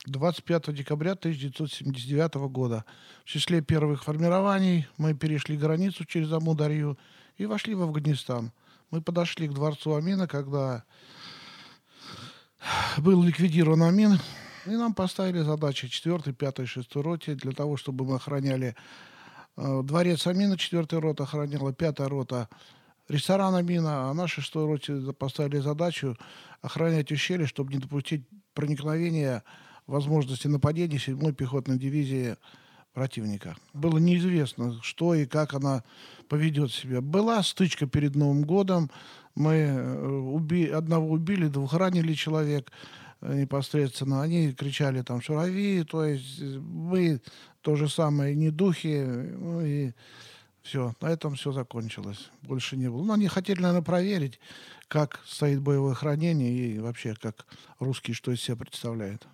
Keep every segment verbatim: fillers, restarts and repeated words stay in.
двадцать пятого декабря тысяча девятьсот семьдесят девятого года. В числе первых формирований мы перешли границу через Амударью и вошли в Афганистан. Мы подошли к дворцу Амина, когда был ликвидирован Амин, и нам поставили задачи четвёртой, пятой, шестой роте для того, чтобы мы охраняли э, дворец Амина, четвёртая рота охраняла, пятая рота ресторан Амина, а на шестой роте за- поставили задачу охранять ущелье, чтобы не допустить проникновения возможности нападения седьмой пехотной дивизии противника. Было неизвестно, что и как она поведет себя. Была стычка перед Новым годом. Мы э, уби- одного убили, двух ранили человек э, непосредственно. Они кричали там «Шурави», то есть э, мы то же самое, не духи, ну и все. На этом все закончилось. Больше не было. Ну, они хотели, наверное, проверить, как стоит боевое хранение и вообще, как русский что из себя представляет.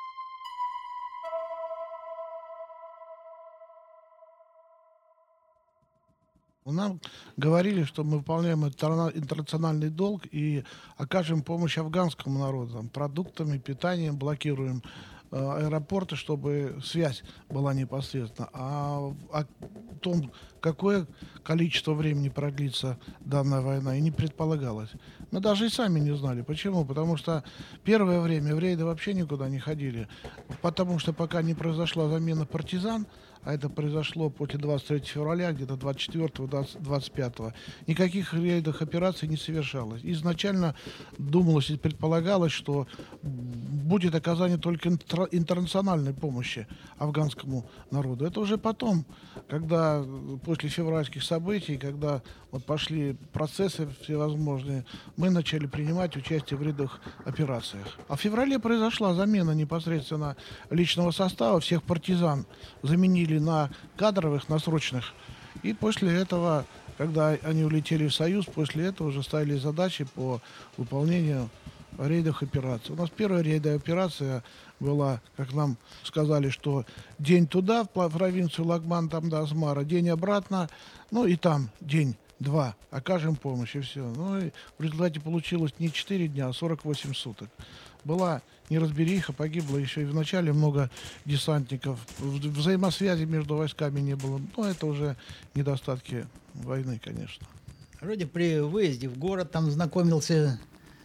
Нам говорили, что мы выполняем интерна- интернациональный долг и окажем помощь афганскому народу, там, продуктами, питанием, блокируем э, аэропорты, чтобы связь была непосредственно. А в- о том, какое количество времени продлится данная война, и не предполагалось. Мы даже и сами не знали. Почему? Потому что первое время в рейды вообще никуда не ходили. Потому что пока не произошла замена партизан, а это произошло после двадцать третьего февраля, где-то двадцать четвёртого двадцать пятого, никаких рейдовых операций не совершалось. Изначально думалось и предполагалось, что будет оказание только интер- интернациональной помощи афганскому народу. Это уже потом, когда э, после февральских событий, когда вот пошли процессы всевозможные, мы начали принимать участие в рядовых операциях. А в феврале произошла замена непосредственно личного состава, всех партизан заменили на кадровых, на срочных. И после этого, когда они улетели в Союз, после этого уже ставили задачи по выполнению рейдовых операций. У нас первая рейдовая операция была, как нам сказали, что день туда, в пла- провинцию Лагман, там до Асмара, день обратно, ну и там день, два, окажем помощь, и все. Ну и в результате получилось не четыре дня, а сорок восемь суток. Была неразбериха, погибло еще и в начале много десантников. В- Взаимосвязи между войсками не было. Ну, это уже недостатки войны, конечно. Вроде при выезде в город там знакомился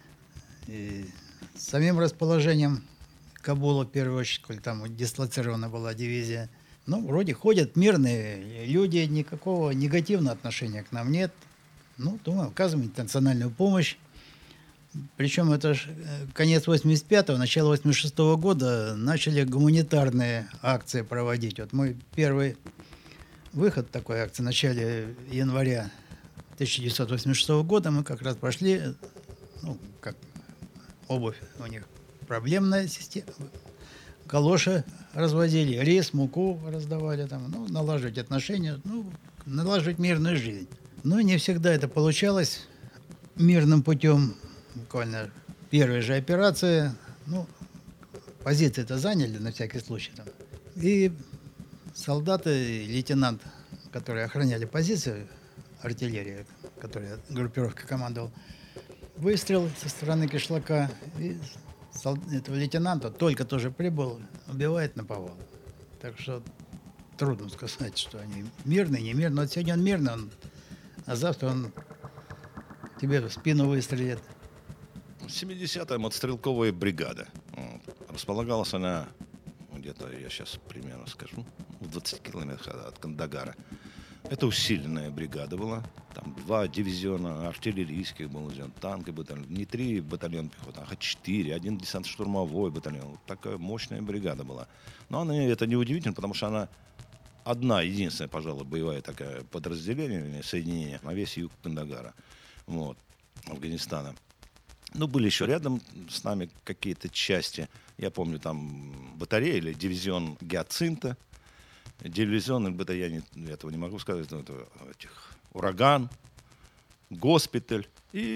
э, с самим расположением Кабула, в первую очередь, коль там вот дислоцирована была дивизия. Ну, вроде ходят мирные люди, никакого негативного отношения к нам нет. Ну, думаю, оказываем национальную помощь. Причем это ж э, конец восемьдесят пятого, начало восемьдесят шестого года начали гуманитарные акции проводить. Вот мой первый выход такой акции в начале января тысяча девятьсот восемьдесят шестого года мы как раз пошли, ну, как обувь у них проблемная система, галоши развозили, рис, муку раздавали там, ну, налаживать отношения, ну, налаживать мирную жизнь. Но не всегда это получалось мирным путем. Буквально первая же операция, ну, позиции-то заняли на всякий случай там. И солдаты, лейтенант, которые охраняли позиции, артиллерия, которая группировка командовал, выстрел со стороны кишлака, и сол- этого лейтенанта только тоже прибыл, убивает наповал. Так что трудно сказать, что они мирные, не мирные. Вот сегодня он мирный, он, а завтра он тебе в спину выстрелит. семидесятая мотострелковая бригада. Вот. Располагалась она где-то, я сейчас примерно скажу, в двадцати километрах от Кандагара. Это усиленная бригада была. Там два дивизиона артиллерийских был, танки батальон. Не три батальона пехоты, а четыре. Один десантно-штурмовой батальон. Вот такая мощная бригада была. Но она, это не удивительно, потому что она одна, единственная, пожалуй, боевая такая подразделение, соединение на весь юг Кандагара. Вот, Афганистана. Ну, были еще рядом с нами какие-то части. Я помню, там батарея или дивизион Гиацинта. Дивизион, это я не, этого не могу сказать. Это этих, ураган, госпиталь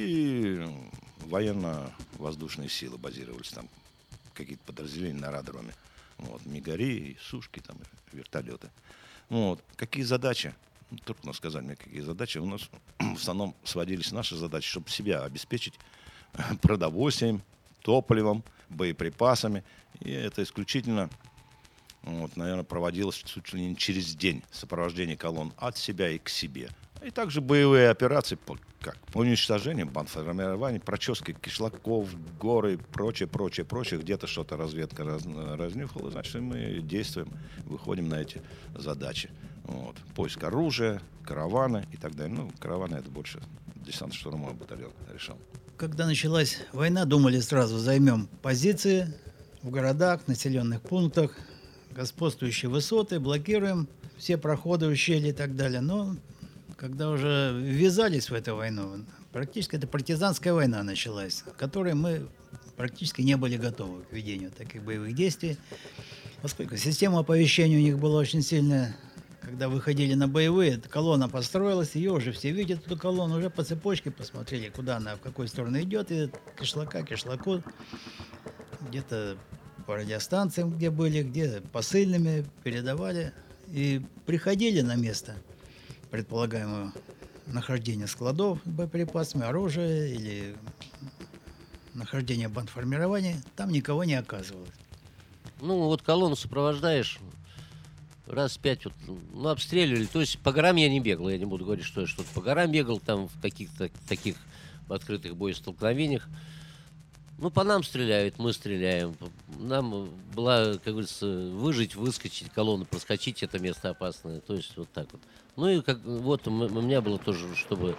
и военно-воздушные силы базировались там. Какие-то подразделения на аэродроме. Вот, Мигари, сушки, там, вертолеты. Вот. Какие задачи? Трудно сказать мне, какие задачи. У нас в основном сводились наши задачи, чтобы себя обеспечить продовольствием, топливом, боеприпасами. И это исключительно, вот, наверное, проводилось чуть ли не через день сопровождение колонн от себя и к себе. И также боевые операции по, как, по уничтожению бандформирований, прочески кишлаков, горы, прочее, прочее, прочее. Где-то что-то разведка раз, разнюхала, значит, мы действуем, выходим на эти задачи. Вот. Поиск оружия, караваны и так далее. Ну, караваны это больше десантно-штурмовой батальон решал. Когда началась война, думали сразу займем позиции в городах, населенных пунктах, господствующие высоты, блокируем все проходы, ущелья и так далее. Но когда уже ввязались в эту войну, практически это партизанская война началась, к которой мы практически не были готовы к ведению таких боевых действий, поскольку система оповещения у них была очень сильная. Когда выходили на боевые, колонна построилась, ее уже все видят, эту колонну, уже по цепочке посмотрели, куда она, в какую сторону идет, и кишлака, кишлаку, где-то по радиостанциям, где были, где посыльными передавали, и приходили на место предполагаемого нахождения складов с боеприпасами, оружия или нахождения бандформирования, там никого не оказывалось. Ну, вот колонну сопровождаешь, раз пять вот, ну, обстреливали. То есть по горам я не бегал, я не буду говорить, что я что-то по горам бегал, там в каких-то таких открытых боестолкновениях. Ну, по нам стреляют, мы стреляем. Нам была, как говорится, выжить, выскочить, колонну проскочить, это место опасное. То есть вот так вот. Ну и как вот у меня было тоже, чтобы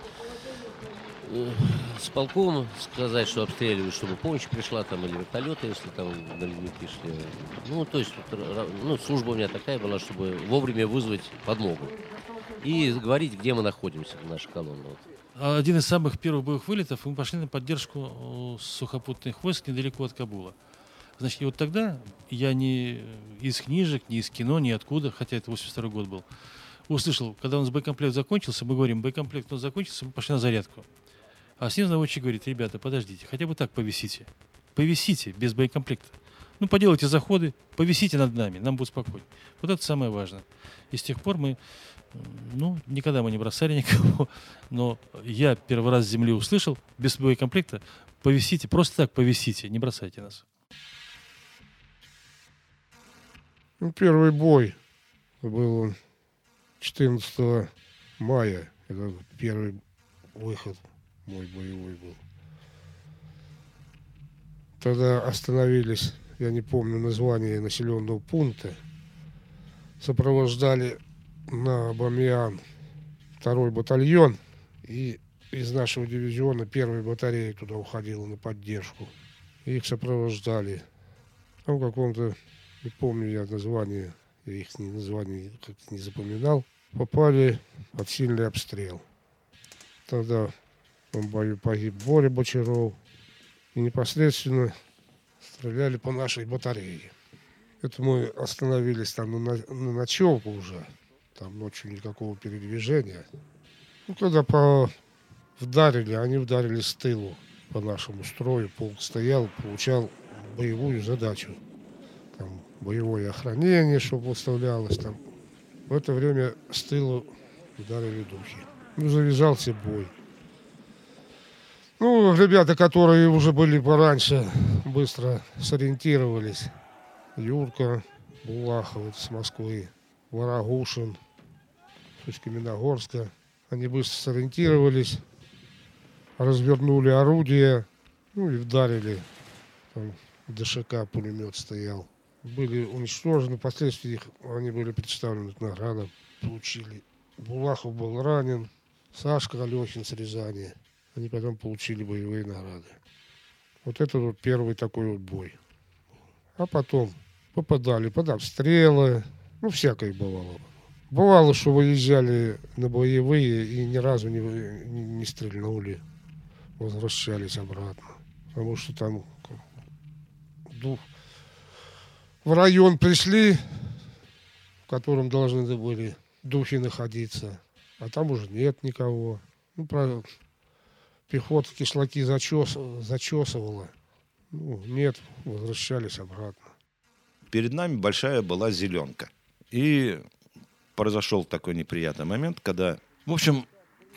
э, с полком сказать, что обстреливают, чтобы помощь пришла там, или вертолеты, если там на ледники шли. Ну, то есть вот, ну, служба у меня такая была, чтобы вовремя вызвать подмогу. И говорить, где мы находимся, наша колонна. Вот. Один из самых первых боевых вылетов, мы пошли на поддержку сухопутных войск недалеко от Кабула. Значит, и вот тогда я не из книжек, не из кино, ни откуда, хотя это восемьдесят второй год был, услышал, когда у нас боекомплект закончился, мы говорим, боекомплект у нас закончился, мы пошли на зарядку. А снизу наводчик говорит, ребята, подождите, хотя бы так повисите. Повисите без боекомплекта. Ну, поделайте заходы, повисите над нами, нам будет спокойно. Вот это самое важное. И с тех пор мы, ну, никогда мы не бросали никого, но я первый раз с земли услышал, без боекомплекта, повисите, просто так повисите, не бросайте нас. Ну, первый бой был четырнадцатого мая. Это первый выход мой боевой был. Тогда остановились, я не помню название населенного пункта, сопровождали на Бамиан второй батальон, и из нашего дивизиона первая батарея туда уходила на поддержку. Их сопровождали. Там в каком-то, не помню я название, я их название как-то не запоминал, попали под сильный обстрел. Тогда в том бою погиб Боря Бочаров. И непосредственно стреляли по нашей батарее. Это мы остановились там на, на ночевку уже. Там ночью никакого передвижения. Ну, когда по... вдарили, они вдарили с тылу по нашему строю. Полк стоял, получал боевую задачу. Там боевое охранение, чтобы выставлялось там. В это время с тылу ударили духи. Ну, завязался бой. Ну, ребята, которые уже были пораньше, быстро сориентировались. Юрка Булахов с Москвы, Ворогушин с Каменогорска. Они быстро сориентировались, развернули орудие, ну и вдарили. Там ДШК пулемет стоял. Были уничтожены, впоследствии их, они были представлены к наградам. Получили. Булахов был ранен, Сашка Алехин с Рязани. Они потом получили боевые награды. Вот это вот первый такой вот бой. А потом попадали под обстрелы. Ну, всякое бывало. Бывало, что выезжали на боевые и ни разу не, не, не стрельнули. Возвращались обратно. Потому что там ну, в район пришли, в котором должны были духи находиться. А там уже нет никого. Ну, правда. Пехота кишлаки зачес, зачесывала. Ну, нет, возвращались обратно. Перед нами большая была зеленка. И произошел такой неприятный момент, когда, в общем,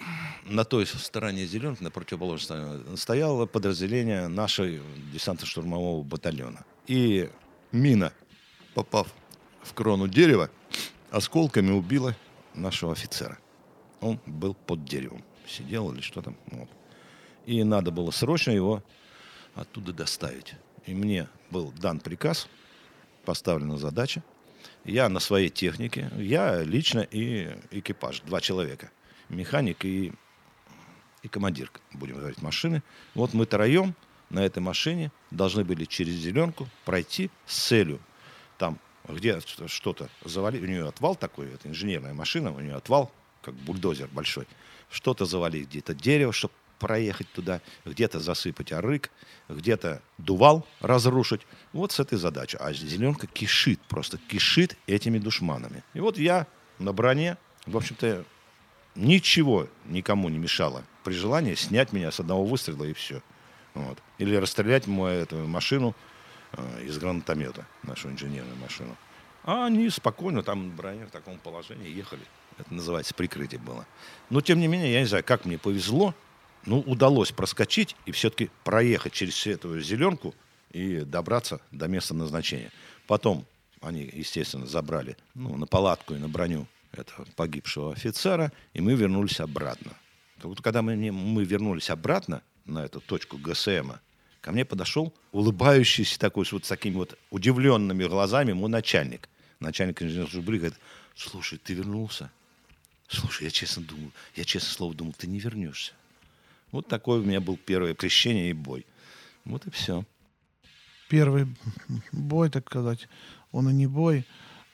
на той стороне зеленки, на противоположной стороне, стояло подразделение нашей десантно-штурмового батальона. И мина, попав в крону дерева, осколками убила нашего офицера. Он был под деревом. Сидел или что там. Вот. И надо было срочно его оттуда доставить. И мне был дан приказ, поставлена задача. Я на своей технике, я лично и экипаж, два человека. Механик и, и командир, будем говорить, машины. Вот мы троем на этой машине должны были через зеленку пройти с целью. Там, где что-то завалить, у нее отвал такой, это инженерная машина, у нее отвал, как бульдозер большой. Что-то завалить, где-то дерево, чтобы проехать туда, где-то засыпать арык, где-то дувал разрушить. Вот с этой задачей. А зеленка кишит, просто кишит этими душманами. И вот я на броне, в общем-то, ничего никому не мешало при желании снять меня с одного выстрела и все. Вот. Или расстрелять мою эту машину э, из гранатомета, нашу инженерную машину. А они спокойно там на броне в таком положении ехали. Это называется прикрытие было. Но, тем не менее, я не знаю, как мне повезло, ну, удалось проскочить и все-таки проехать через всю эту зеленку и добраться до места назначения. Потом они, естественно, забрали ну, на палатку и на броню этого погибшего офицера, и мы вернулись обратно. Вот когда мы, мы вернулись обратно на эту точку ГСМа, ко мне подошел улыбающийся такой, вот с такими вот удивленными глазами мой начальник. Начальник инженерной службы говорит: слушай, ты вернулся? Слушай, я честно думал, я честно слово думал, ты не вернешься. Вот такое у меня был первое крещение и бой. Вот и все. Первый бой, так сказать, он и не бой.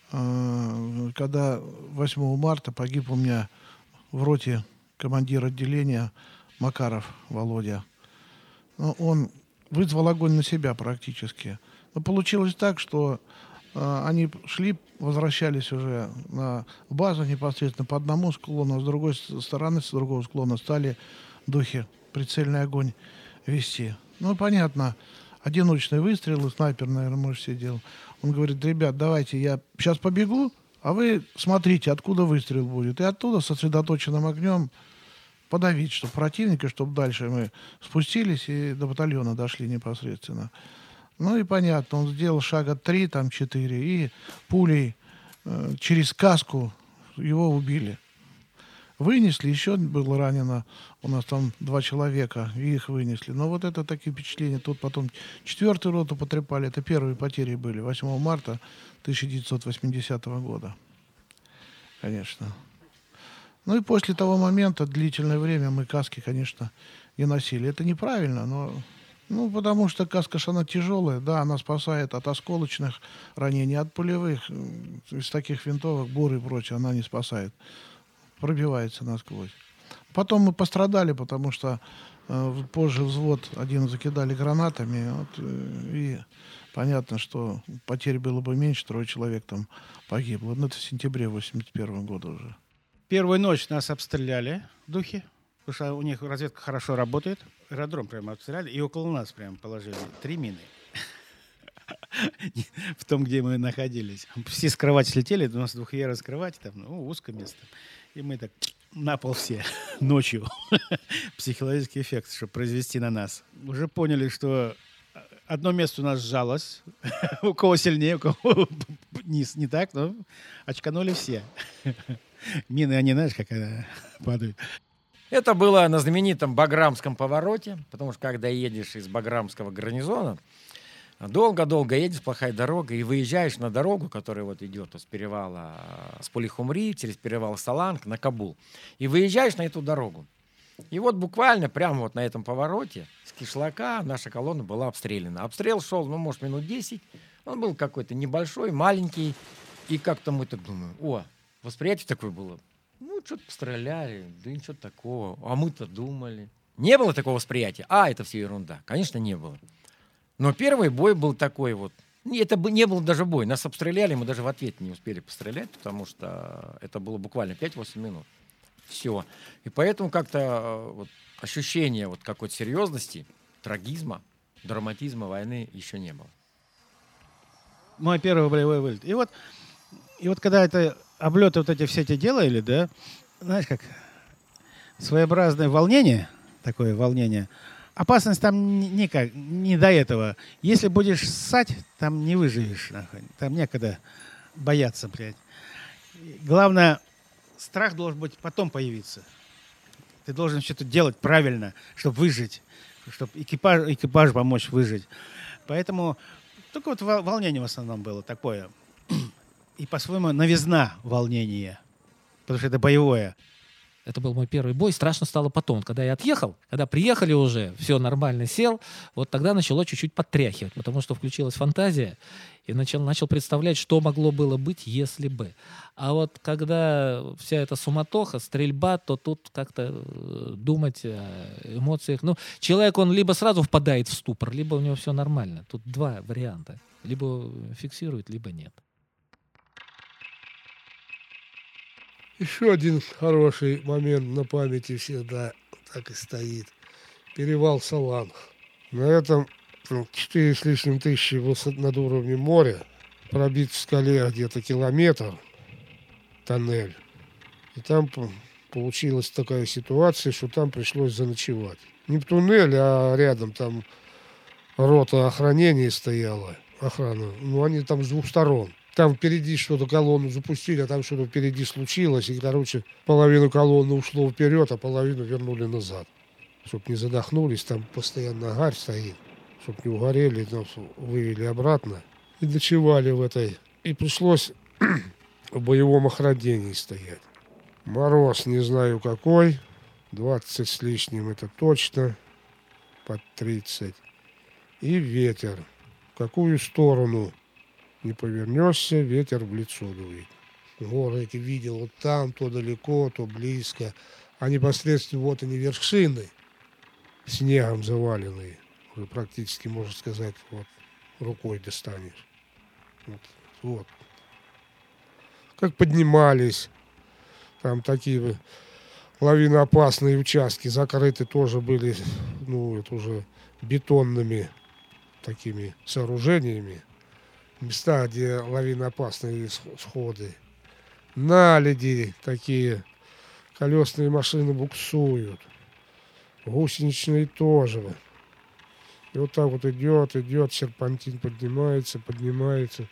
Когда восьмого марта погиб у меня в роте командир отделения Макаров Володя. Он вызвал огонь на себя практически. Но получилось так, что они шли, возвращались уже на базу непосредственно по одному склону, а с другой стороны, с другого склона стали духи прицельный огонь вести. Ну, понятно, одиночные выстрелы, снайпер, наверное, может, сидел. Он говорит: ребят, давайте я сейчас побегу, а вы смотрите, откуда выстрел будет. И оттуда сосредоточенным огнем подавить, чтобы противника, чтобы дальше мы спустились и до батальона дошли непосредственно. Ну и понятно, он сделал шага три, там четыре, и пулей э, через каску его убили. Вынесли, еще было ранено у нас там два человека, и их вынесли. Но вот это такие впечатления. Тут потом четвертую роту потрепали. Это первые потери были восьмого марта тысяча девятьсот восьмидесятого года. Конечно. Ну и после того момента длительное время мы каски, конечно, не носили. Это неправильно, но... Ну, потому что каска, она тяжелая, да, она спасает от осколочных ранений, от пулевых. Из таких винтовок, бур и прочее, она не спасает. Пробивается насквозь. Потом мы пострадали, потому что э, позже взвод один закидали гранатами. Вот, э, и понятно, что потерь было бы меньше, трое человек там погибло. Ну, это в сентябре восемьдесят первого года уже. Первую ночь нас обстреляли духи, потому что у них разведка хорошо работает. Аэродром прямо обстреляли, и около нас прямо положили три мины. В том, где мы находились. Все с кровати слетели, у нас двухъярусная кровать, там, ну, узкое место. И мы так на пол все ночью. Психологический эффект, чтобы произвести на нас. Уже поняли, что одно место у нас сжалось. У кого сильнее, у кого низ не так, но очканули все. Мины, они, знаешь, как она падают. Это было на знаменитом Баграмском повороте, потому что когда едешь из Баграмского гарнизона, долго-долго едешь, плохая дорога, и выезжаешь на дорогу, которая вот идет с перевала с Полихумри, через перевал Саланг на Кабул, и выезжаешь на эту дорогу. И вот буквально прямо вот на этом повороте с кишлака наша колонна была обстреляна. Обстрел шел, ну, может, минут десять, он был какой-то небольшой, маленький, и как-то мы так думаем: о, восприятие такое было. Ну, что-то постреляли, да ничего такого. А мы-то думали. Не было такого восприятия. А, это все ерунда. Конечно, не было. Но первый бой был такой вот. Это не был даже бой. Нас обстреляли, мы даже в ответ не успели пострелять, потому что это было буквально пять-восемь минут. Все. И поэтому как-то вот ощущение вот какой-то серьезности, трагизма, драматизма войны еще не было. Мой первый боевой вылет. И вот, и вот когда это... облеты вот эти все эти делали, да, знаешь как, своеобразное волнение, такое волнение. Опасность там никак, не до этого. Если будешь ссать, там не выживешь. Нахуй. Там некогда бояться, блядь. Главное, страх должен быть потом появиться. Ты должен что-то делать правильно, чтобы выжить, чтобы экипаж, экипажу помочь выжить. Поэтому только вот волнение в основном было такое. И по-своему новизна волнения, потому что это боевое. Это был мой первый бой. Страшно стало потом. Когда я отъехал, когда приехали уже, все нормально, сел, вот тогда начало чуть-чуть подтряхивать, потому что включилась фантазия, и начал, начал представлять, что могло было быть, если бы. А вот когда вся эта суматоха, стрельба, то тут как-то думать о эмоциях. Ну, человек, он либо сразу впадает в ступор, либо у него все нормально. Тут два варианта. Либо фиксирует, либо нет. Еще один хороший момент на памяти всегда так и стоит. Перевал Саланг. На этом четыре с лишним тысячи высот над уровнем моря. Пробит в скале где-то километр тоннель. И там получилась такая ситуация, что там пришлось заночевать. Не в туннеле, а рядом там рота охранения стояла. Охрана. Ну, они там с двух сторон. Там впереди что-то колонну запустили, а там что-то впереди случилось. И, короче, половину колонны ушло вперед, а половину вернули назад. Чтоб не задохнулись, там постоянно гарь стоит. Чтоб не угорели, нас вывели обратно. И ночевали в этой. И пришлось в боевом охранении стоять. Мороз не знаю какой. двадцать с лишним, это точно. Под тридцать. И ветер. В какую сторону не повернешься, ветер в лицо дует. Горы эти видел вот там, то далеко, то близко. А непосредственно вот они вершины, снегом заваленные. Уже практически, можно сказать, вот рукой достанешь. Вот, вот. Как поднимались. Там такие лавиноопасные участки закрыты тоже были, ну, это уже бетонными такими сооружениями. Места, где лавиноопасные сходы. Наледи такие. Колесные машины буксуют. Гусеничные тоже. И вот так вот идет, идет, серпантин поднимается, поднимается.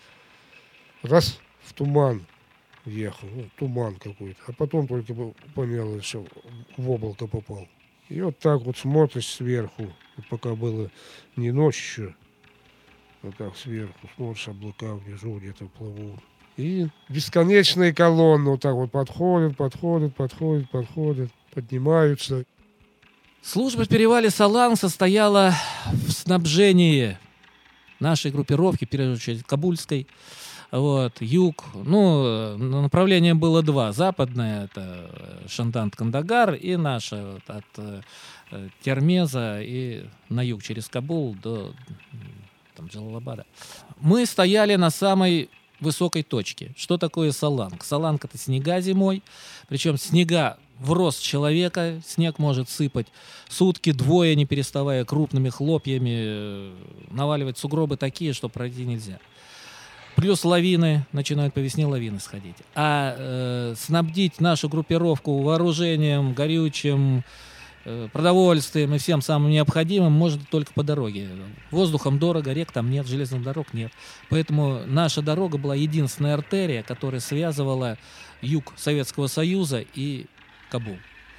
Раз в туман ехал. Ну, туман какой-то. А потом только понял, что в облако попал. И вот так вот смотришь сверху. Пока было не ночь еще. Вот так сверху смотришь, облака внизу где-то плывут. И бесконечные колонны вот так вот подходят, подходят, подходят, подходят, поднимаются. Служба в перевале Саланг состояла в снабжении нашей группировки, в первую очередь Кабульской. Вот, юг. Ну, направление было два. Западное, это Шандант-Кандагар, и наше вот, от э, Термеза и на юг через Кабул до там, Джалалабада. Мы стояли на самой высокой точке. Что такое Саланг? Саланг — это снега зимой, причем снега в рост человека, снег может сыпать сутки, двое, не переставая, крупными хлопьями, наваливать сугробы такие, что пройти нельзя. Плюс лавины, начинают по весне лавины сходить. А э, снабдить нашу группировку вооружением, горючим, э, продовольствием и всем самым необходимым можно только по дороге. Воздухом дорого, рек там нет, железных дорог нет. Поэтому наша дорога была единственная артерия, которая связывала юг Советского Союза и Кабул.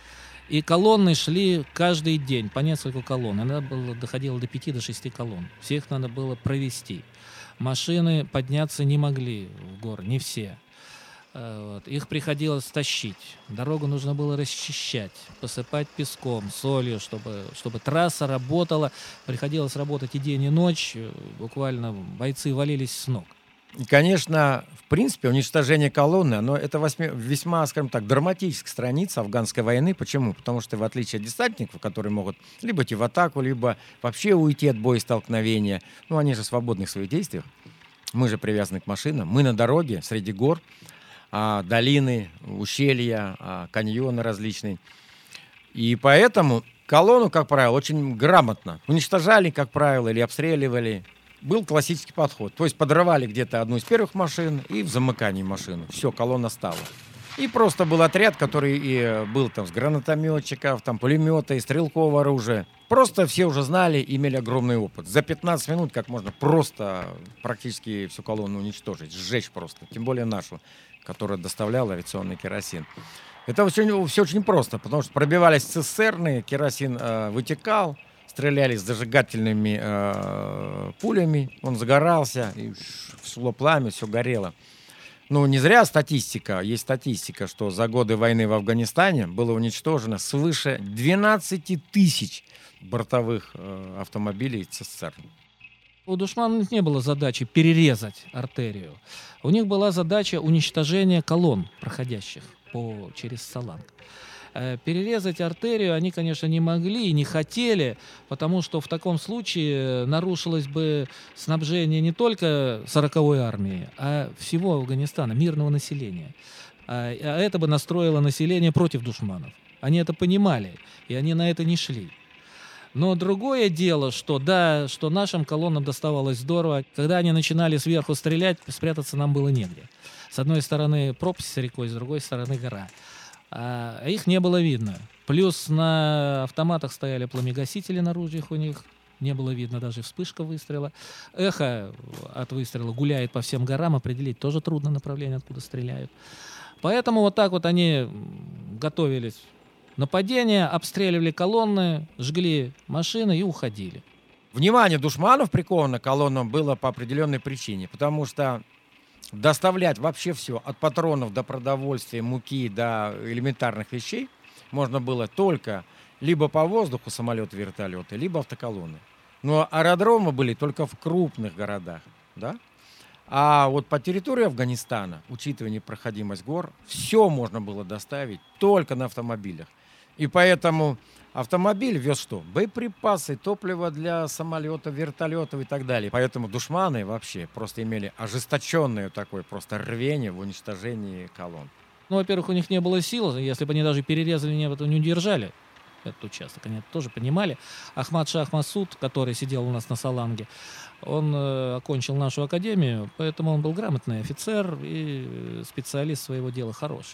И колонны шли каждый день, по несколько колонн. Иногда было, доходило до пяти, до шести колонн. Всех надо было провести. Машины подняться не могли в горы, не все. Вот. Их приходилось тащить. Дорогу нужно было расчищать, посыпать песком, солью, чтобы, чтобы трасса работала. Приходилось работать и день, и ночь. Буквально бойцы валились с ног. И, конечно, в принципе, уничтожение колонны, оно это восьми, весьма, скажем так, драматическая страница афганской войны. Почему? Потому что, в отличие от десантников, которые могут либо идти в атаку, либо вообще уйти от боестолкновения, ну, они же свободны в своих действиях, мы же привязаны к машинам, мы на дороге, среди гор, а, долины, ущелья, а, каньоны различные. И поэтому колонну, как правило, очень грамотно уничтожали, как правило, или обстреливали. Был классический подход. То есть подрывали где-то одну из первых машин и в замыкании машину. Все, колонна стала. И просто был отряд, который и был там с гранатометчиков, там пулемета и стрелкового оружия. Просто все уже знали, имели огромный опыт. За пятнадцать минут как можно просто практически всю колонну уничтожить, сжечь просто. Тем более нашу, которая доставляла авиационный керосин. Это все, все очень просто, потому что пробивались цистерны, керосин э, вытекал, стреляли с зажигательными э, пулями, он загорался, и шло пламя, все горело. Ну, не зря статистика, есть статистика, что за годы войны в Афганистане было уничтожено свыше двенадцать тысяч бортовых э, автомобилей и цистерн. У душманов не было задачи перерезать артерию. У них была задача уничтожения колонн, проходящих по, через Саланг. Э, перерезать артерию они, конечно, не могли и не хотели, потому что в таком случае нарушилось бы снабжение не только сороковой армии, а всего Афганистана, мирного населения. А, а это бы настроило население против душманов. Они это понимали, и они на это не шли. Но другое дело, что да, что нашим колоннам доставалось здорово. Когда они начинали сверху стрелять, спрятаться нам было негде. С одной стороны пропасть с рекой, с другой стороны гора. А их не было видно. Плюс на автоматах стояли пламегасители на ружьях у них. Не было видно даже вспышка выстрела. Эхо от выстрела гуляет по всем горам. Определить тоже трудно направление, откуда стреляют. Поэтому вот так вот они готовились. Нападения, обстреливали колонны, жгли машины и уходили. Внимание душманов приковано к колоннам было по определенной причине, потому что доставлять вообще все, от патронов до продовольствия, муки, до элементарных вещей, можно было только либо по воздуху самолеты, вертолеты, либо автоколонны. Но аэродромы были только в крупных городах, да? А вот по территории Афганистана, учитывая непроходимость гор, все можно было доставить только на автомобилях. И поэтому автомобиль вез что? Боеприпасы, топливо для самолетов, вертолетов и так далее. Поэтому душманы вообще просто имели ожесточенное такое просто рвение в уничтожении колонн. Ну, во-первых, у них не было сил. Если бы они даже перерезали, они бы не удержали этот участок. Они это тоже понимали. Ахмад Шах Масуд, который сидел у нас на Саланге, он э, окончил нашу академию, поэтому он был грамотный офицер и специалист своего дела хороший.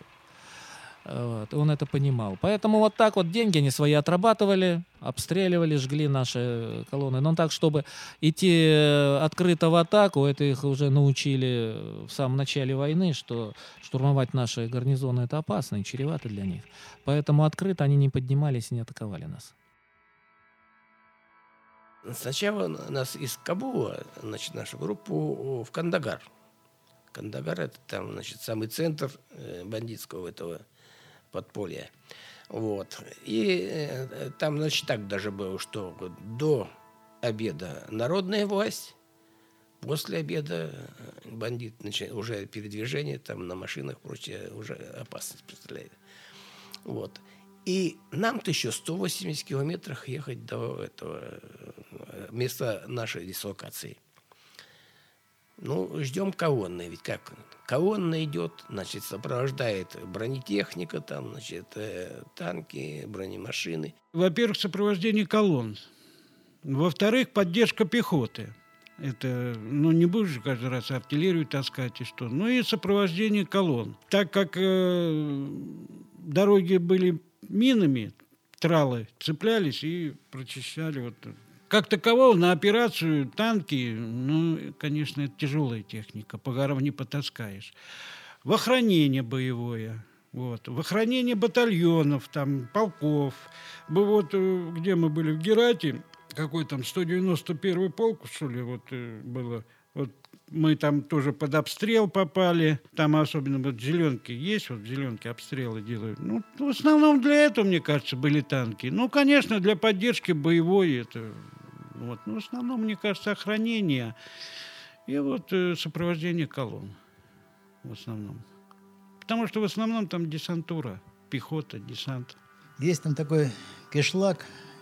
Вот, и он это понимал. Поэтому вот так вот деньги они свои отрабатывали, обстреливали, жгли наши колонны. Но так, чтобы идти открыто в атаку, это их уже научили в самом начале войны, что штурмовать наши гарнизоны это опасно и чревато для них. Поэтому открыто они не поднимались и не атаковали нас. Сначала нас из Кабула, значит, нашу группу в Кандагар. Кандагар — это там, значит, самый центр бандитского этого подполья. Вот. И э, там, значит, так даже было, что до обеда народная власть, после обеда бандит, значит, уже передвижение там на машинах, прочее, уже опасность представляет. Вот. И нам-то еще сто восемьдесят километров ехать до этого места нашей дислокации. Ну, ждем колонны, ведь как? Колонна идет, значит, сопровождает бронетехника, там, значит, э, танки, бронемашины. Во-первых, сопровождение колонн. Во-вторых, поддержка пехоты. Это, ну, не будешь же каждый раз артиллерию таскать и что. Ну и сопровождение колонн. Так как э, дороги были минами, тралы цеплялись и прочищали вот. Как такового на операцию танки, ну, конечно, это тяжелая техника, по горам не потаскаешь. В охранение боевое, вот, в охранение батальонов, там, полков. Вот где мы были, в Герате, какой там сто девяносто первый полк, что ли, вот было. Вот мы там тоже под обстрел попали. Там особенно вот зеленки есть, вот зеленки обстрелы делают. Ну, в основном для этого, мне кажется, были танки. Ну, конечно, для поддержки боевой это... Вот. Но в основном, мне кажется, охранение и вот э, сопровождение колонн. В основном. Потому что в основном там десантура, пехота, десант. Есть там такой кишлак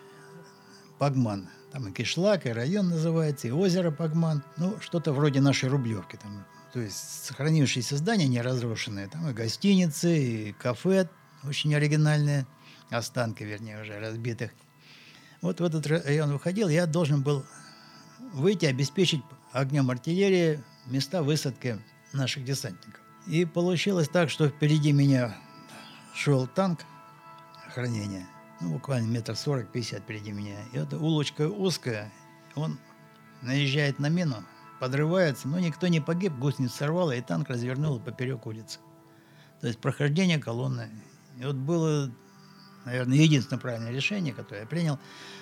Пагман. Там и кишлак, и район называется, и озеро Пагман. Ну, что-то вроде нашей Рублевки. Там, то есть сохранившиеся здания, не разрушенные. Там и гостиницы, и кафе очень оригинальные. Останки, вернее, уже разбитых. Вот в этот район выходил, я должен был выйти, обеспечить огнем артиллерии места высадки наших десантников. И получилось так, что впереди меня шел танк охранения, ну, буквально метров сорок-пятьдесят впереди меня. И эта улочка узкая, он наезжает на мину, подрывается, но никто не погиб, гусеницу сорвало, и танк развернул поперек улицы. То есть прохождение колонны. И вот было, наверное, единственное правильное решение, которое я принял,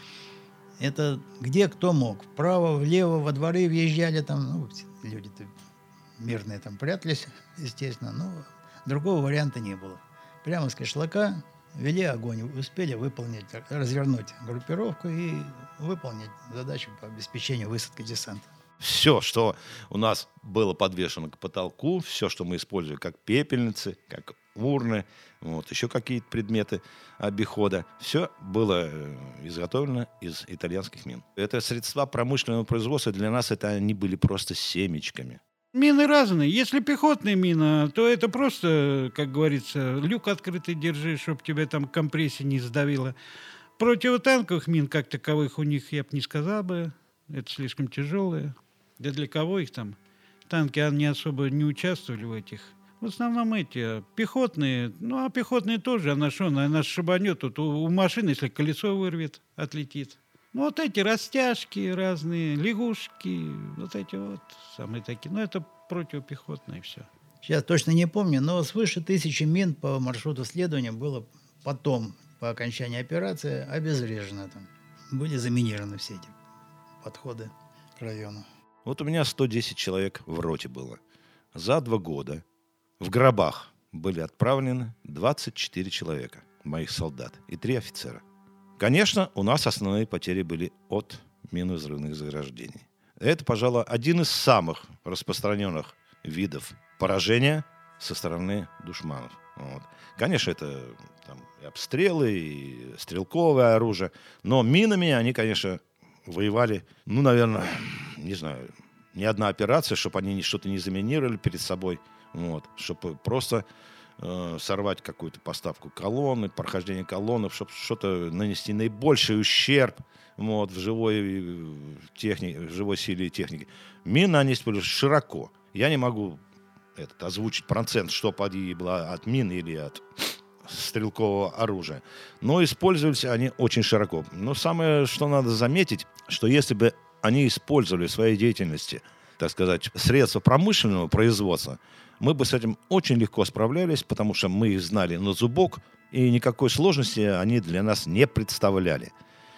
это где кто мог. Вправо, влево, во дворы въезжали там, ну, люди-то мирные там прятались, естественно, но другого варианта не было. Прямо с кишлака вели огонь, успели выполнить, развернуть группировку и выполнить задачу по обеспечению высадки десанта. Все, что у нас было подвешено к потолку, все, что мы используем как пепельницы, как урны, вот, еще какие-то предметы обихода, все было изготовлено из итальянских мин. Это средства промышленного производства, для нас это они были просто семечками. Мины разные. Если пехотная мина, то это просто, как говорится, люк открытый держи, чтобы тебя там компрессия не сдавила. Противотанковых мин, как таковых, у них я бы не сказал бы. Это слишком тяжелые. Да для кого их там? Танки, они особо не участвовали в этих. В основном эти пехотные. Ну, а пехотные тоже. Она что, она шибанет. Тут у, у машины, если колесо вырвет, отлетит. Ну, вот эти растяжки разные, лягушки, вот эти вот самые такие. Ну, это противопехотные все. Сейчас точно не помню, но свыше тысячи мин по маршруту следования было потом, по окончании операции, обезврежено там. Были заминированы все эти подходы к району. Вот у меня сто десять человек в роте было. За два года в гробах были отправлены двадцать четыре человека, моих солдат, и три офицера. Конечно, у нас основные потери были от минно-взрывных заграждений. Это, пожалуй, один из самых распространенных видов поражения со стороны душманов. Вот. Конечно, это там, и обстрелы, и стрелковое оружие, но минами они, конечно, воевали, ну, наверное, не знаю, ни одна операция, чтобы они что-то не заминировали перед собой, вот, чтобы просто э, сорвать какую-то поставку колонны, прохождение колонны, чтобы что-то нанести наибольший ущерб вот, в живой технике, в живой силе и технике. Мины они используют широко. Я не могу этот, озвучить процент, что погибло от мин или от стрелкового оружия. Но использовались они очень широко. Но самое, что надо заметить, что если бы они использовали в своей деятельности, так сказать, средства промышленного производства, мы бы с этим очень легко справлялись, потому что мы их знали на зубок, и никакой сложности они для нас не представляли.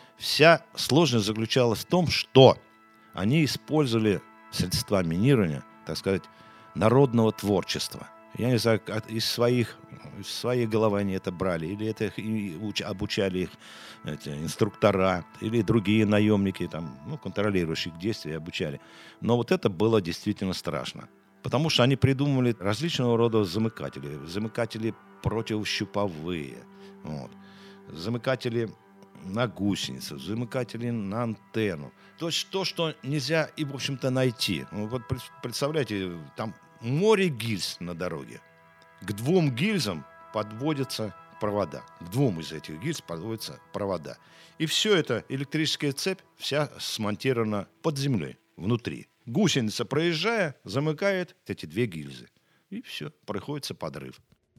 Вся сложность заключалась в том, что они использовали средства минирования, так сказать, народного творчества. Я не знаю, из своих, из своей головы они это брали, или это и уч, обучали их эти, инструктора, или другие наемники, там, ну, контролирующие их действия, обучали. Но вот это было действительно страшно. Потому что они придумывали различного рода замыкатели. Замыкатели противощуповые, вот. Замыкатели на гусеницу, замыкатели на антенну. То есть то, что нельзя и, в общем-то, найти. Ну, вот представляете, там море гильз на дороге. К двум гильзам подводятся провода. К двум из этих гильз подводятся провода. И все это, электрическая цепь, вся смонтирована под землей, внутри. Гусеница, проезжая, замыкает эти две гильзы. И все, приходится подрыв.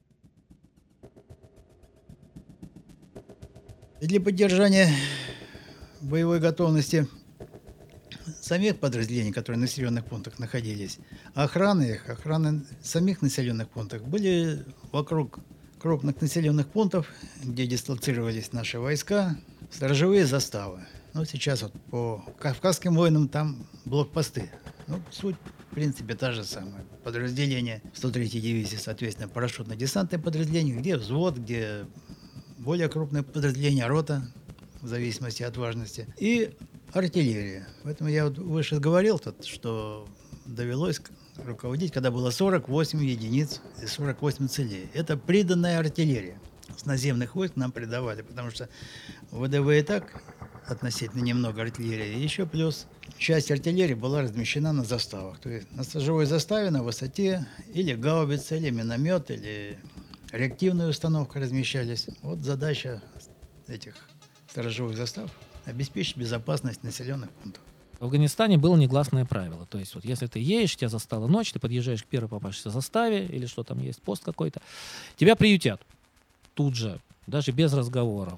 И для поддержания боевой готовности самих подразделений, которые в населенных пунктах находились, охраны их, охраны самих населенных пунктов, были вокруг крупных населенных пунктов, где дислоцировались наши войска, сторожевые заставы. Ну, сейчас вот по Кавказским войнам там блокпосты. Ну, суть, в принципе, та же самая. Подразделение сто третьей дивизии, соответственно, парашютно-десантное подразделение, где взвод, где более крупное подразделение, рота, в зависимости от важности, и артиллерия. Поэтому я вот выше говорил, тут, что довелось руководить, когда было сорок восемь единиц и сорок восемь целей. Это приданная артиллерия. С наземных войск нам придавали, потому что в ВДВ и так относительно немного артиллерии. Еще плюс часть артиллерии была размещена на заставах. То есть на сторожевой заставе на высоте или гаубица, или миномет, или реактивная установка размещались. Вот задача этих сторожевых застав — обеспечить безопасность населенных пунктов. В Афганистане было негласное правило. То есть вот если ты едешь, тебя застала ночь, ты подъезжаешь к первой попавшейся заставе, или что там есть, пост какой-то, тебя приютят тут же, даже без разговоров.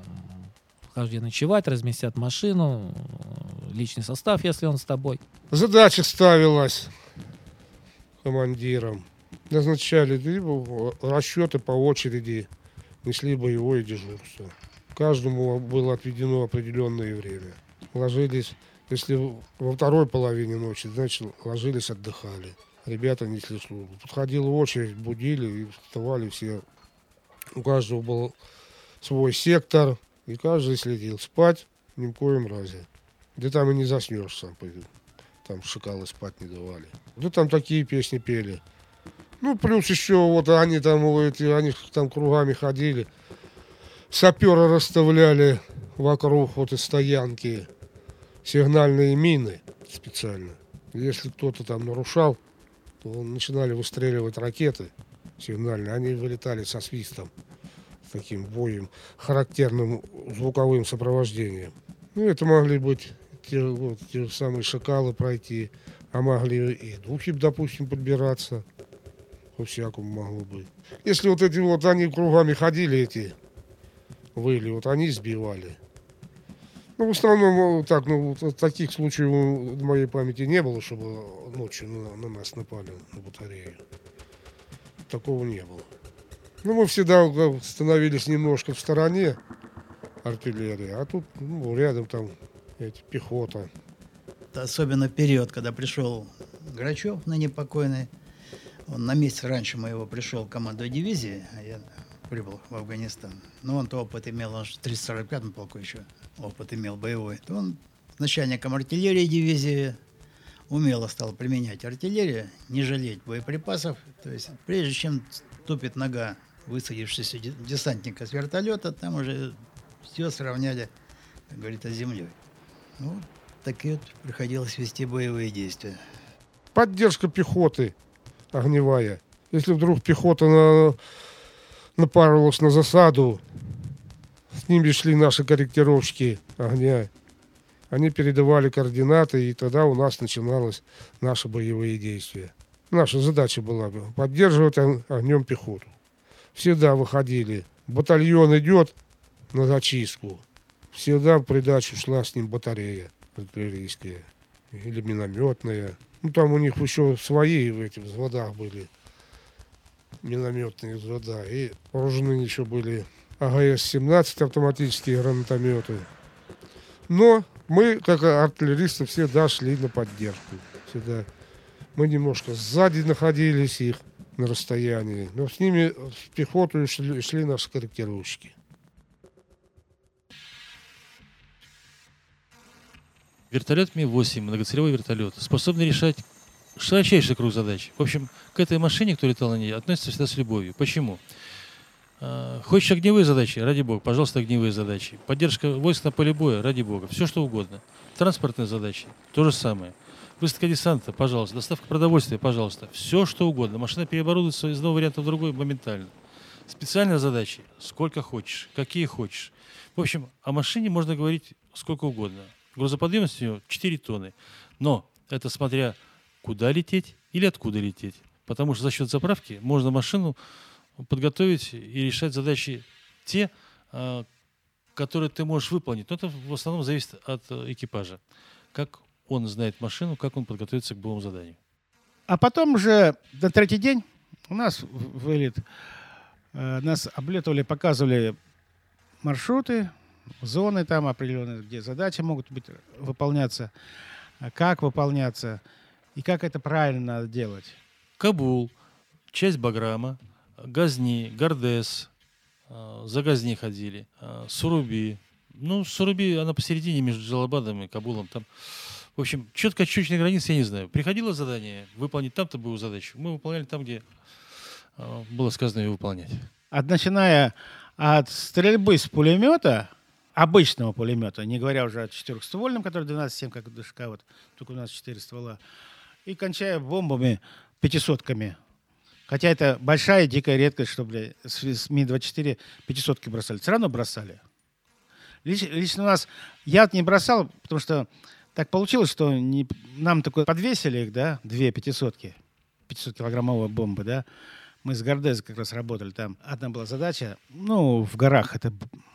Где ночевать, разместят машину, личный состав, если он с тобой. Задача ставилась командиром. Назначали расчеты по очереди, несли боевое дежурство. Каждому было отведено определенное время. Ложились, если во второй половине ночи, значит, ложились, отдыхали. Ребята несли службу. Подходила очередь, будили и вставали все. У каждого был свой сектор, и каждый следил. Спать ни в коем разе. Да там и не заснешь сам. Там шакалы спать не давали. Да там такие песни пели. Ну, плюс еще вот они там, эти, они там кругами ходили. Саперы расставляли вокруг вот и стоянки сигнальные мины специально. Если кто-то там нарушал, то начинали выстреливать ракеты сигнальные. Они вылетали со свистом, с таким боем, характерным звуковым сопровождением. Ну, это могли быть те, вот, те самые шакалы пройти, а могли и духи, допустим, подбираться. По-всякому могло быть. Если вот эти вот, они кругами ходили, эти выли, вот они сбивали. Ну, в основном, так, ну, вот таких случаев в моей памяти не было, чтобы ночью на, на нас напали, на батарею. Такого не было. Ну, мы всегда становились немножко в стороне артиллерии, а тут ну, рядом там эти, пехота. Это особенно период, когда пришел Грачев, ныне покойный. Он на месяц раньше моего пришел командой дивизии, а я прибыл в Афганистан. Но он-то опыт имел, он в триста сорок пятом полку еще опыт имел боевой. То он начальником артиллерии дивизии умело стал применять артиллерию, не жалеть боеприпасов. То есть прежде чем ступит нога высадившегося десантника с вертолета, там уже все сравняли, как говорится, с землей. Ну, такие вот приходилось вести боевые действия. Поддержка пехоты огневая. Если вдруг пехота на, напарывалась на засаду, с ними шли наши корректировщики огня. Они передавали координаты, и тогда у нас начиналось наши боевые действия. Наша задача была поддерживать огнем пехоту. Всегда выходили. Батальон идет на зачистку. Всегда в придачу шла с ним батарея артиллерийская или минометная. Ну, там у них еще свои в этих взводах были минометные взвода. И вооружены еще были А Г С семнадцать автоматические гранатометы. Но мы, как артиллеристы, всегда шли на поддержку. Всегда. Мы немножко сзади находились их на расстоянии. Но с ними, с пехотой шли, шли наши корректировщики. Вертолет Ми восемь, многоцелевой вертолет, способный решать широчайший круг задач. В общем, к этой машине, кто летал на ней, относится всегда с любовью. Почему? А, хочешь огневые задачи? Ради бога, пожалуйста, огневые задачи. Поддержка войск на поле боя? Ради бога. Все, что угодно. Транспортные задачи? То же самое. Высадка десанта? Пожалуйста. Доставка продовольствия? Пожалуйста. Все, что угодно. Машина переоборудуется из одного варианта в другой моментально. Специальные задачи? Сколько хочешь. Какие хочешь. В общем, о машине можно говорить сколько угодно. Грузоподъемность у него четыре тонны. Но это смотря куда лететь или откуда лететь. Потому что за счет заправки можно машину подготовить и решать задачи те, которые ты можешь выполнить. Но это в основном зависит от экипажа. Как он знает машину, как он подготовится к боевому заданию. А потом уже на третий день у нас вылет. Нас облетывали, показывали маршруты, зоны там определенные, где задачи могут быть выполняться, как выполняться и как это правильно надо делать. Кабул, часть Баграма, Газни, Гардес, за Газни ходили, Суруби. Ну, Суруби, она посередине между Джалабадом и Кабулом. Там, в общем, четко отчетной границы я не знаю. Приходило задание выполнить там-то было задачу. Мы выполняли там, где было сказано ее выполнять. От, начиная от стрельбы с пулемета, обычного пулемета, не говоря уже о четырехствольном, который двенадцать семь, как у ДШК, вот, только у нас четыре ствола, и кончая бомбами, пятисотками. Хотя это большая дикая редкость, что, бля, с, с Ми двадцать четыре пятисотки бросали. Все равно бросали. Лич, лично у нас, я не бросал, потому что Так получилось, что не, нам такое подвесили их, да, две пятисотки, пятисоткилограммовые бомбы, да. Мы с Гордезой как раз работали там. Одна была задача, ну, в горах это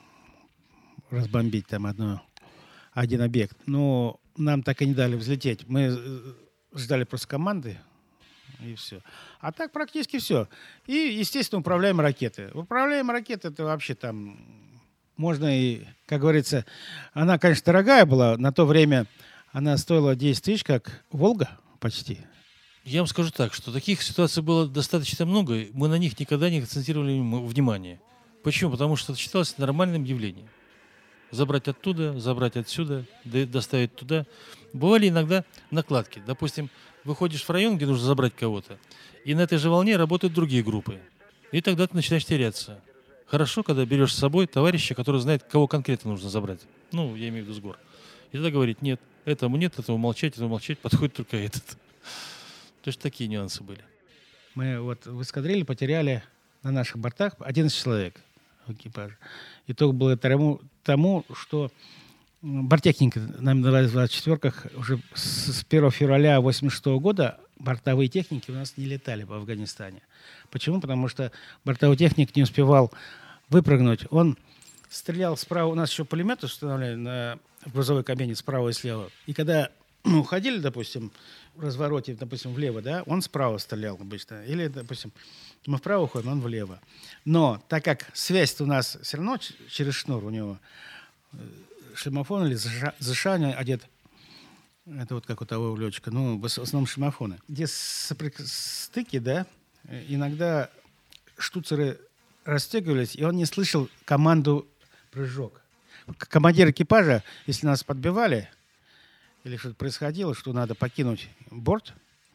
разбомбить там одну, один объект. Но нам так и не дали взлететь. Мы ждали просто команды, и все. А так практически все. И, естественно, управляемые ракеты. Управляемые ракеты, это вообще там можно и, как говорится, она, конечно, дорогая была. На то время она стоила десять тысяч, как «Волга» почти. Я вам скажу так, что таких ситуаций было достаточно много, и мы на них никогда не акцентировали внимание. Почему? Потому что это считалось нормальным явлением. Забрать оттуда, забрать отсюда, доставить туда. Бывали иногда накладки. Допустим, выходишь в район, где нужно забрать кого-то, и на этой же волне работают другие группы. И тогда ты начинаешь теряться. Хорошо, когда берешь с собой товарища, который знает, кого конкретно нужно забрать. Ну, я имею в виду с гор. И тогда говорит, нет, этому нет, этого молчать, этого молчать, подходит только этот. То есть такие нюансы были. Мы вот в эскадрилье потеряли на наших бортах одиннадцать человек в экипаже. Итог был тому, тому что борттехника нам давали в двадцать четвёрках уже с первого февраля восемьдесят шестого года бортовые техники у нас не летали в Афганистане. Почему? Потому что бортовой техник не успевал выпрыгнуть. Он стрелял справа. У нас еще пулеметы установлены на, в грузовой кабине справа и слева. И когда мы уходили, допустим, в развороте, допустим, влево, да, он справа стрелял обычно. Или, допустим, мы вправо уходим, он влево. Но так как связь у нас все равно через шнур у него, шлемофон или зашание одет, это вот как у того летчика, ну, в основном шлемофоны. Где стыки, да, иногда штуцеры расстегивались, и он не слышал команду «прыжок». Командир экипажа, если нас подбивали, или что-то происходило, что надо покинуть борт,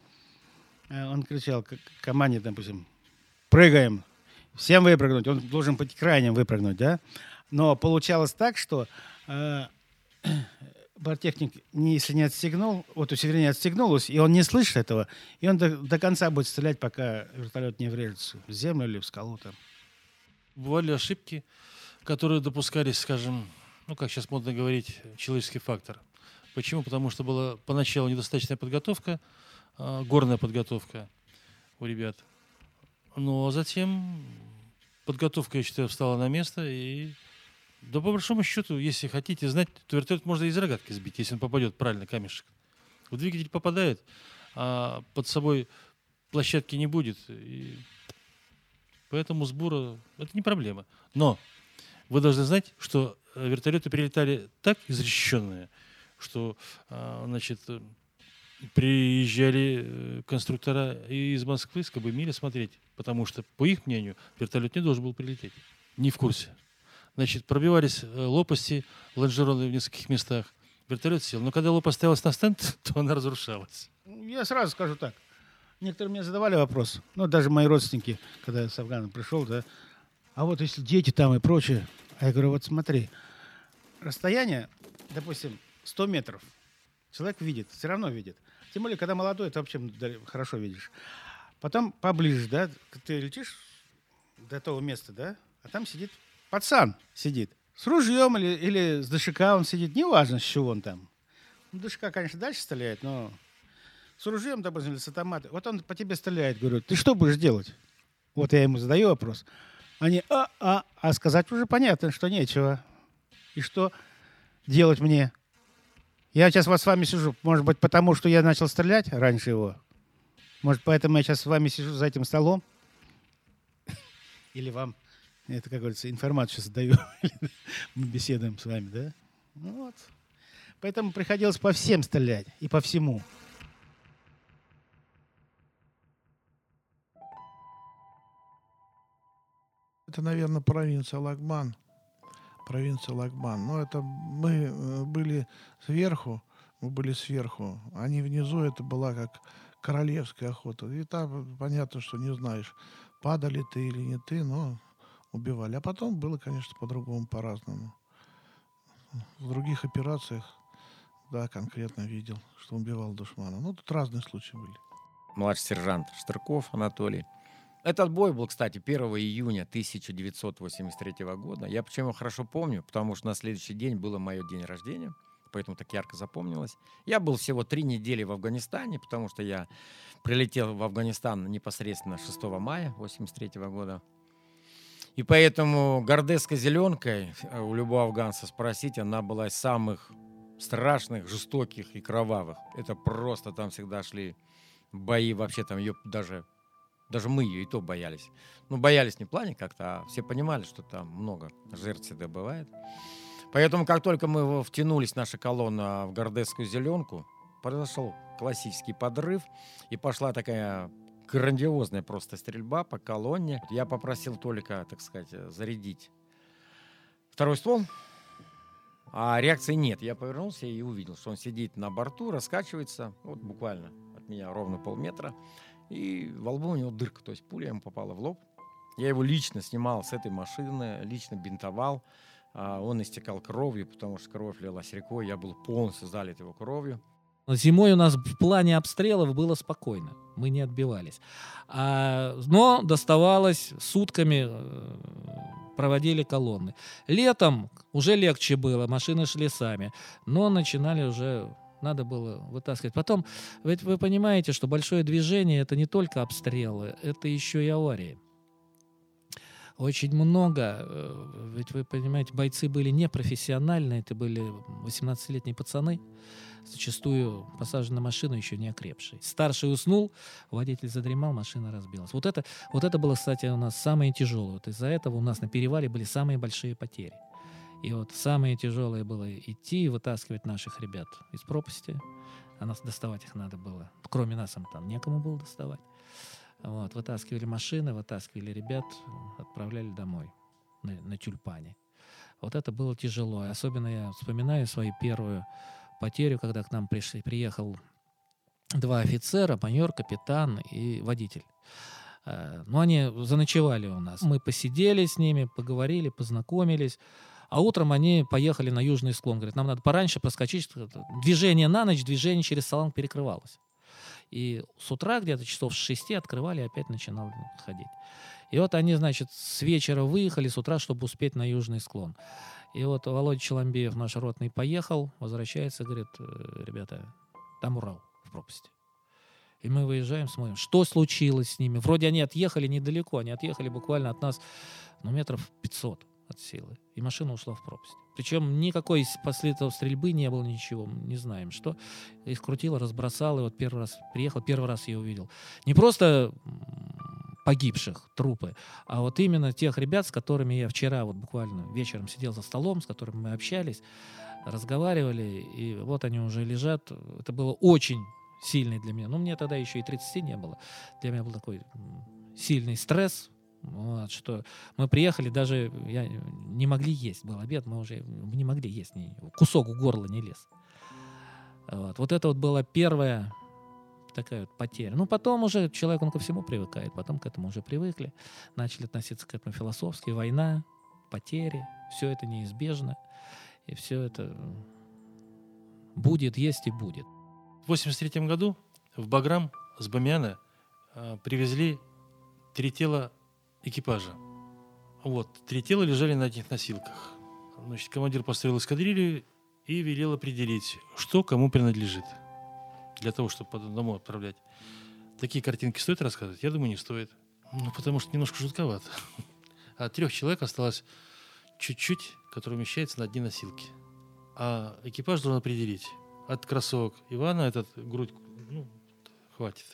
он кричал к команде, допустим, «прыгаем», всем выпрыгнуть, он должен быть крайним выпрыгнуть, да? Но получалось так, что э, борттехник, не, если не отстегнул, вот усиление отстегнулось, и он не слышит этого, и он до, до конца будет стрелять, пока вертолет не врежется в землю или в скалу там. Бывали ошибки, которые допускались, скажем, ну, как сейчас модно говорить, человеческий фактор. Почему? Потому что была поначалу недостаточная подготовка, э, горная подготовка у ребят. Но затем подготовка, я считаю, встала на место. И, да, по большому счету, если хотите знать, то вертолет можно из рогатки сбить, если он попадет правильно, камешек. В двигатель попадает, а под собой площадки не будет. И поэтому сбора – это не проблема. Но вы должны знать, что вертолеты прилетали так изрешеченные, что, значит, приезжали конструктора из Москвы, с Кабы-Миля смотреть, потому что, по их мнению, вертолет не должен был прилететь. Не в курсе. Значит, пробивались лопасти, лонжероны в нескольких местах. Вертолет сел. Но когда лопасть ставилась на стенд, то она разрушалась. Я сразу скажу так. Некоторые мне задавали вопрос, ну, даже мои родственники, когда я с Афгана пришел, да, а вот если дети там и прочее, а я говорю, вот смотри, расстояние, допустим, сто метров, человек видит, все равно видит. Тем более, когда молодой, ты вообще хорошо видишь. Потом поближе, да, ты летишь до того места, да, а там сидит пацан, сидит. С ружьем или, или с ДШК он сидит, неважно, с чего он там. Ну, ДШК, конечно, дальше стреляет, но с ружьем, допустим, или с автомата. Вот он по тебе стреляет, говорю, ты что будешь делать? Вот я ему задаю вопрос. Они, а, а, а сказать уже понятно, что нечего. И что делать мне? Я сейчас вот с вами сижу, может быть, потому что я начал стрелять раньше его? Может, поэтому я сейчас с вами сижу за этим столом? Или вам, это, как говорится, информацию сейчас даю. Мы беседуем с вами, да? Ну вот. Поэтому приходилось по всем стрелять и по всему. Это, наверное, провинция Лагман. Провинция Лагман. Но это мы были сверху, мы были сверху. Они внизу, это была как королевская охота. И там понятно, что не знаешь, падали ты или не ты, но убивали. А потом было, конечно, по-другому, по-разному. В других операциях, да, конкретно видел, что убивал душмана. Ну, тут разные случаи были. Младший сержант Штырков Анатолий. Этот бой был, кстати, первого июня тысяча девятьсот восемьдесят третьего года. Я почему хорошо помню, потому что на следующий день было мое день рождения. поэтому так ярко запомнилось. Я был всего три недели в Афганистане, потому что я прилетел в Афганистан непосредственно шестого мая восемьдесят третьего года. И поэтому гордесской зеленкой у любого афганца спросить, она была из самых страшных, жестоких и кровавых. Это просто там всегда шли бои, вообще там ее даже, даже мы ее и то боялись. Ну, боялись не в плане как-то, а все понимали, что там много жертв всегда бывает. Поэтому, как только мы втянулись, наша колонна, в гордесскую зеленку, произошел классический подрыв, и пошла такая грандиозная просто стрельба по колонне. Я попросил Толика, так сказать, зарядить второй ствол, а реакции нет. Я повернулся и увидел, что он сидит на борту, раскачивается, вот буквально от меня ровно полметра, и во лбу у него дырка, то есть пуля ему попала в лоб. Я его лично снимал с этой машины, лично бинтовал. Он истекал кровью, потому что кровь лилась рекой, я был полностью залит его кровью. Зимой у нас в плане обстрелов было спокойно, мы не отбивались. А, но доставалось сутками, проводили колонны. Летом уже легче было, машины шли сами, но начинали уже, надо было вытаскивать. Потом, ведь вы понимаете, что большое движение — это не только обстрелы, это еще и аварии. Очень много, ведь вы понимаете, бойцы были непрофессиональные, это были восемнадцатилетние пацаны, зачастую посажены на машину еще не окрепшие. Старший уснул, водитель задремал, машина разбилась. Вот это, вот это было, кстати, у нас самое тяжелое. Вот из-за этого у нас на перевале были самые большие потери. И вот самое тяжелое было идти и вытаскивать наших ребят из пропасти, а нас доставать их надо было. Кроме нас им там некому было доставать. Вот, вытаскивали машины, вытаскивали ребят, отправляли домой на, на тюльпане. Вот это было тяжело. Особенно я вспоминаю свою первую потерю, когда к нам пришли, приехал два офицера, майор, капитан и водитель. Ну, они заночевали у нас. Мы посидели с ними, поговорили, познакомились. А утром они поехали на южный склон. Говорят, нам надо пораньше проскочить. Движение на ночь, движение через Саланг перекрывалось. И с утра где-то часов с шести открывали, и опять начинал ходить. И вот они, значит, с вечера выехали, с утра, чтобы успеть на южный склон. И вот Володя Челомбеев, наш ротный, поехал, возвращается, говорит, ребята, там Урал в пропасти. И мы выезжаем, смотрим, что случилось с ними. Вроде они отъехали недалеко, они отъехали буквально от нас, ну, метров пятьсот от силы. И машина ушла в пропасть. Причем никакой последов стрельбы не было, ничего. Не знаем, что. Их крутило, разбросало. И вот первый раз приехал, первый раз я увидел. Не просто погибших, трупы, а вот именно тех ребят, с которыми я вчера вот буквально вечером сидел за столом, с которыми мы общались, разговаривали. И вот они уже лежат. Это было очень сильный для меня. Ну, мне тогда еще и тридцати не было. Для меня был такой сильный стресс. Вот, что мы приехали, даже я, не могли есть. Был обед, мы уже не могли есть. Не, кусок в горло не лез. Вот. вот это вот была первая такая вот потеря. Ну, потом уже человек, он ко всему привыкает. Потом к этому уже привыкли. Начали относиться к этому философски. Война, потери. Все это неизбежно. И все это будет, есть и будет. В восемьдесят третьем году в Баграм с Бамиана э, привезли три тела экипажа. Вот, три тела лежали на этих носилках. Значит, командир построил эскадрилью и велел определить, что кому принадлежит, для того, чтобы потом домой отправлять. Такие картинки стоит рассказывать? Я думаю, не стоит. Ну, потому что немножко жутковато. А от трех человек осталось чуть-чуть, который умещается на дне носилки. А экипаж должен определить. От кроссовок Ивана этот грудь, ну, хватит.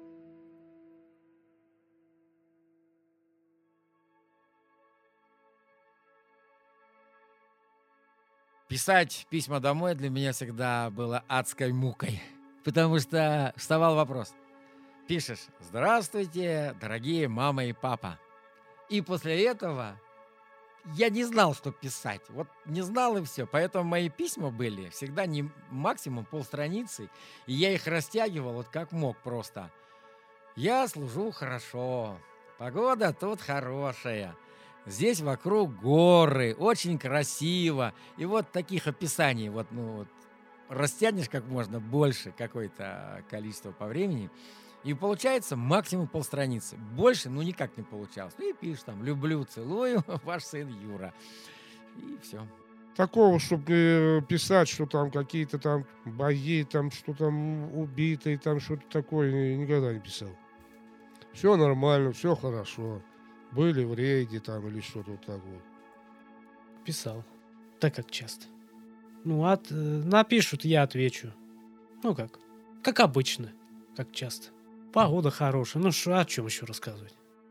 Писать письма домой для меня всегда было адской мукой, потому что вставал вопрос. Пишешь: «Здравствуйте, дорогие мама и папа». И после этого я не знал, что писать. Вот не знал и все. Поэтому мои письма были всегда не максимум полстраницы, и я их растягивал вот как мог просто. Я служу хорошо, погода тут хорошая. Здесь вокруг горы, очень красиво. И вот таких описаний, вот, ну, вот, растянешь как можно больше какое-то количество по времени, и получается максимум полстраницы. Больше, ну, никак не получалось. Ну, и пишешь там: «Люблю, целую, ваш сын Юра». И все. Такого, чтобы писать, что там какие-то там бои, там что там убитые, там что-то такое, никогда не писал. Все нормально, все хорошо. Были в рейде там или что-то вот так вот. Писал. Так как часто. Ну, от, э, напишут, я отвечу. Ну как? Как обычно. Как часто. Погода хорошая. Ну что, о чем еще рассказывать?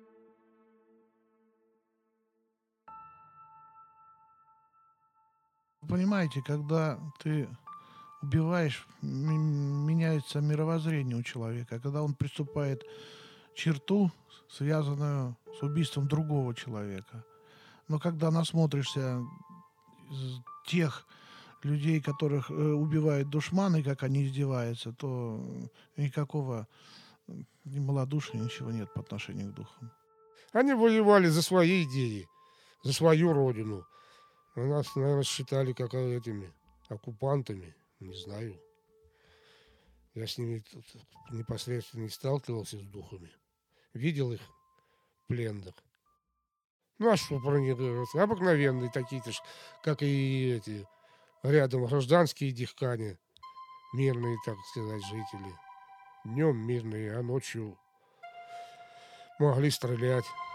Понимаете, когда ты убиваешь, м- меняется мировоззрение у человека. Когда он приступает к черту, связанную с убийством другого человека. Но когда насмотришься из тех людей, которых э, убивают душманы, как они издеваются, то никакого э, ни малодушия, ничего нет по отношению к духам. Они воевали за свои идеи, за свою родину. А нас, наверное, считали как этими оккупантами. Не знаю. Я с ними тут непосредственно не сталкивался, с духами. Видел их пленных. Ну, а что про них говорят? Обыкновенные такие-то ж, как и эти рядом гражданские дихкане. Мирные, так сказать, жители. Днем мирные, а ночью могли стрелять.